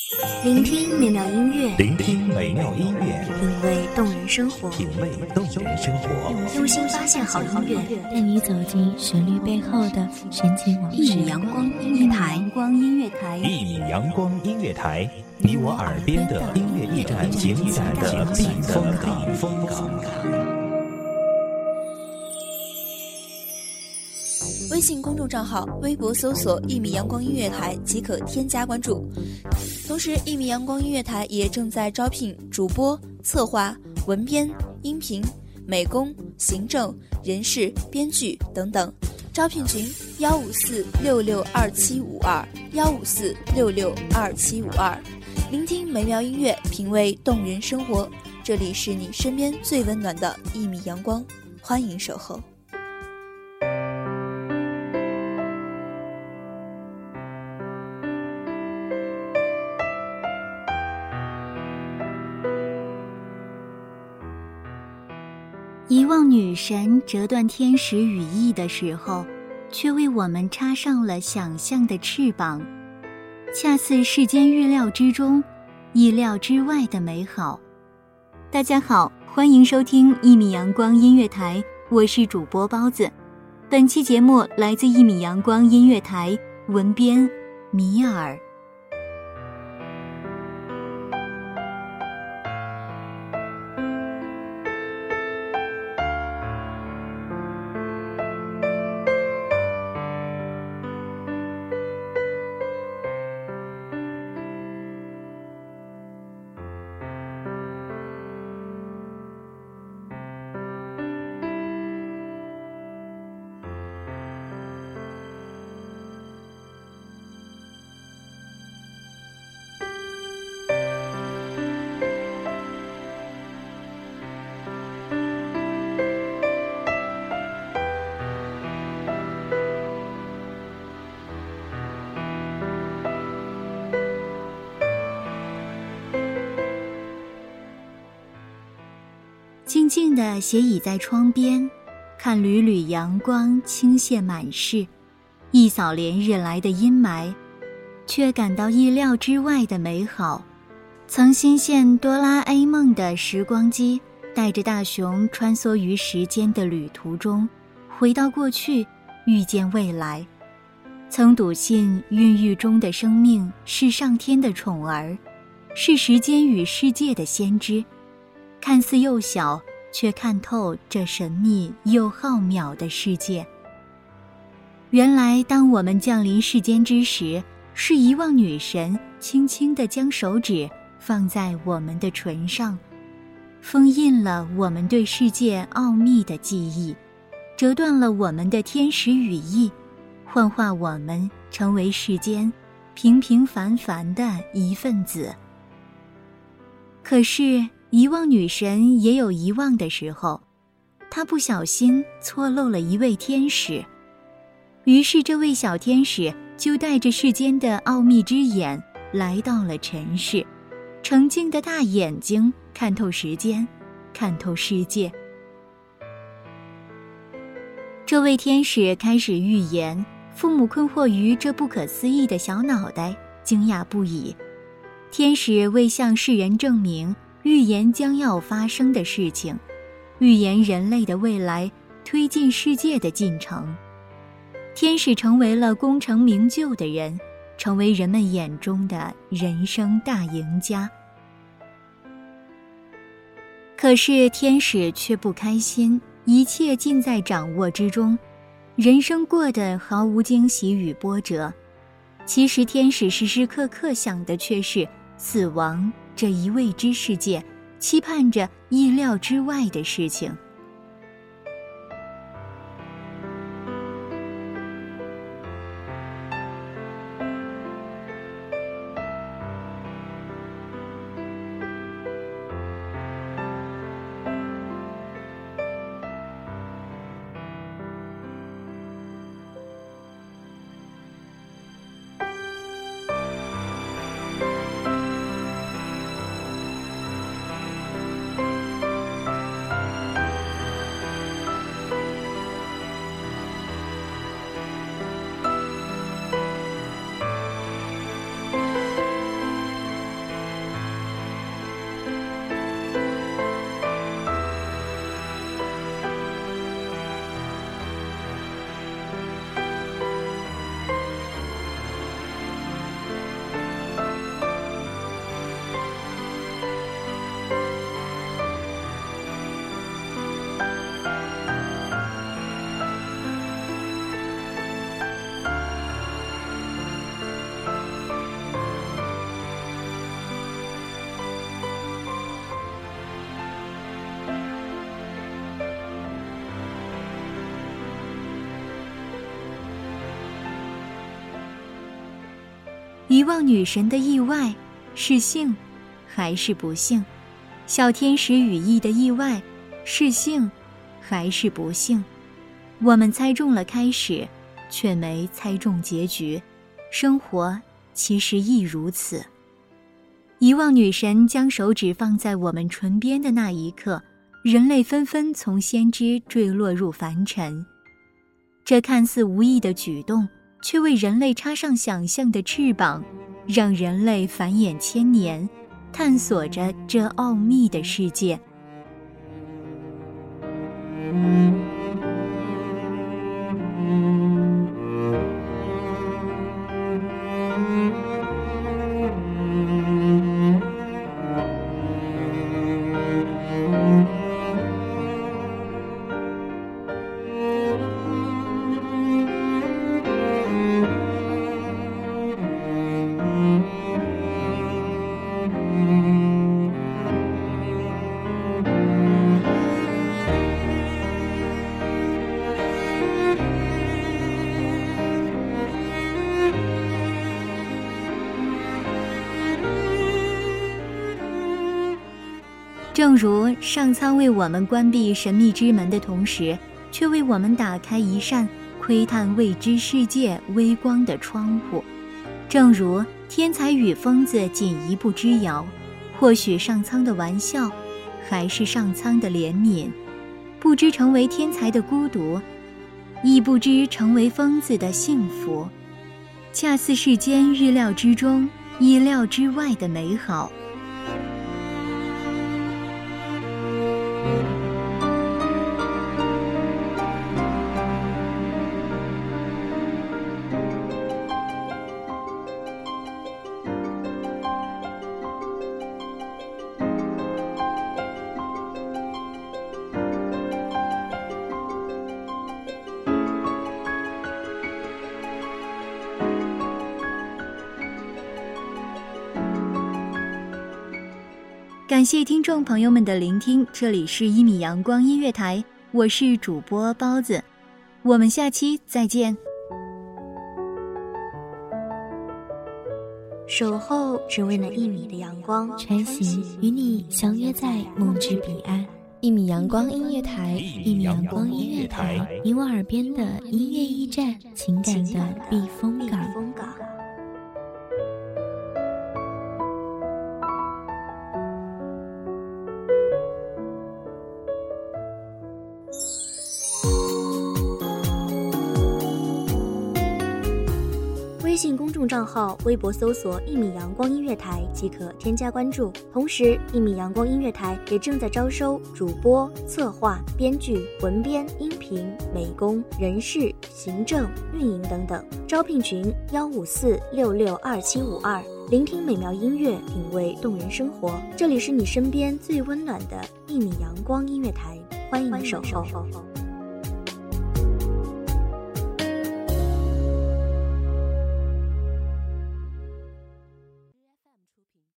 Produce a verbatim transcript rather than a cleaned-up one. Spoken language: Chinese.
聆听美妙音乐， 聆听美妙音乐， 品味动人生活， 品味动人生活， 用心发现好音乐， 带你走进旋律背后的深情往事。 一米阳光音乐台，阳光音乐台， 一米阳光音乐台，你我耳边的音乐驿站，情感的避风港。风港。 微信公众账号、微博搜索“一米阳光音乐台”即可添加关注。同时，一米阳光音乐台也正在招聘主播、策划、文编、音频、美工、行政、人事、编剧等等。招聘群：幺五四六六二七五二幺五四六六二七五二。聆听美妙音乐，品味动人生活。这里是你身边最温暖的一米阳光，欢迎守候。 遗忘女神折断天使羽翼的时候，却为我们插上了想象的翅膀，恰似世间预料之中、意料之外的美好。大家好，欢迎收听一米阳光音乐台，我是主播包子。本期节目来自一米阳光音乐台，文编米尔。静静地斜倚在窗边，看缕缕阳光倾泻满室，一扫连日来的阴霾，却感到意料之外的美好。曾心羡哆啦 A 梦的时光机，带着大雄穿梭于时间的旅途中，回到过去，遇见未来。曾笃信孕育中的生命是上天的宠儿，是时间与世界的先知，看似幼小，却看透这神秘又浩渺的世界。原来当我们降临世间之时，是遗忘女神轻轻地将手指放在我们的唇上，封印了我们对世界奥秘的记忆，折断了我们的天使羽翼，幻化我们成为世间平平凡凡的一份子。可是遗忘女神也有遗忘的时候，她不小心错漏了一位天使，于是这位小天使就带着世间的奥秘之眼来到了尘世，澄净的大眼睛看透时间，看透世界。这位天使开始预言，父母困惑于这不可思议的小脑袋，惊讶不已。天使为向世人证明预言将要发生的事情，预言人类的未来，推进世界的进程。天使成为了功成名就的人，成为人们眼中的人生大赢家。可是天使却不开心，一切尽在掌握之中，人生过得毫无惊喜与波折。其实天使时时刻刻想的却是死亡这一未知世界，期盼着意料之外的事情。 望女神的意外是幸还是不幸？小天使羽翼的意外是幸还是不幸？我们猜中了开始，却没猜中结局。生活其实亦如此。遗忘女神将手指放在我们唇边的那一刻，人类纷纷从先知坠落入凡尘。这看似无意的举动，却为人类插上想象的翅膀，让人类繁衍千年，探索着这奥秘的世界。正如上苍为我们关闭神秘之门的同时，却为我们打开一扇窥探未知世界微光的窗户。正如天才与疯子仅一步之遥，或许上苍的玩笑，还是上苍的怜悯。不知成为天才的孤独，亦不知成为疯子的幸福，恰似世间预料之中、意料之外的美好。感谢听众朋友们的聆听，这里是一米阳光音乐台，我是主播包子，我们下期再见。 守候只为那一米的阳光， 穿行与你相约在梦之彼岸。一米阳光音乐台，一米阳光音乐台，你我耳边的音乐驿站，情感的避风港。 微信公众账号、微博搜索“一米阳光音乐台”即可添加关注。同时，一米阳光音乐台也正在招收主播、策划、编剧、文编、音频、美工、人事、行政、运营等等。招聘群：幺五四六六二七五二。聆听美妙音乐，品味动人生活。这里是你身边最温暖的一米阳光音乐台，欢迎你守候。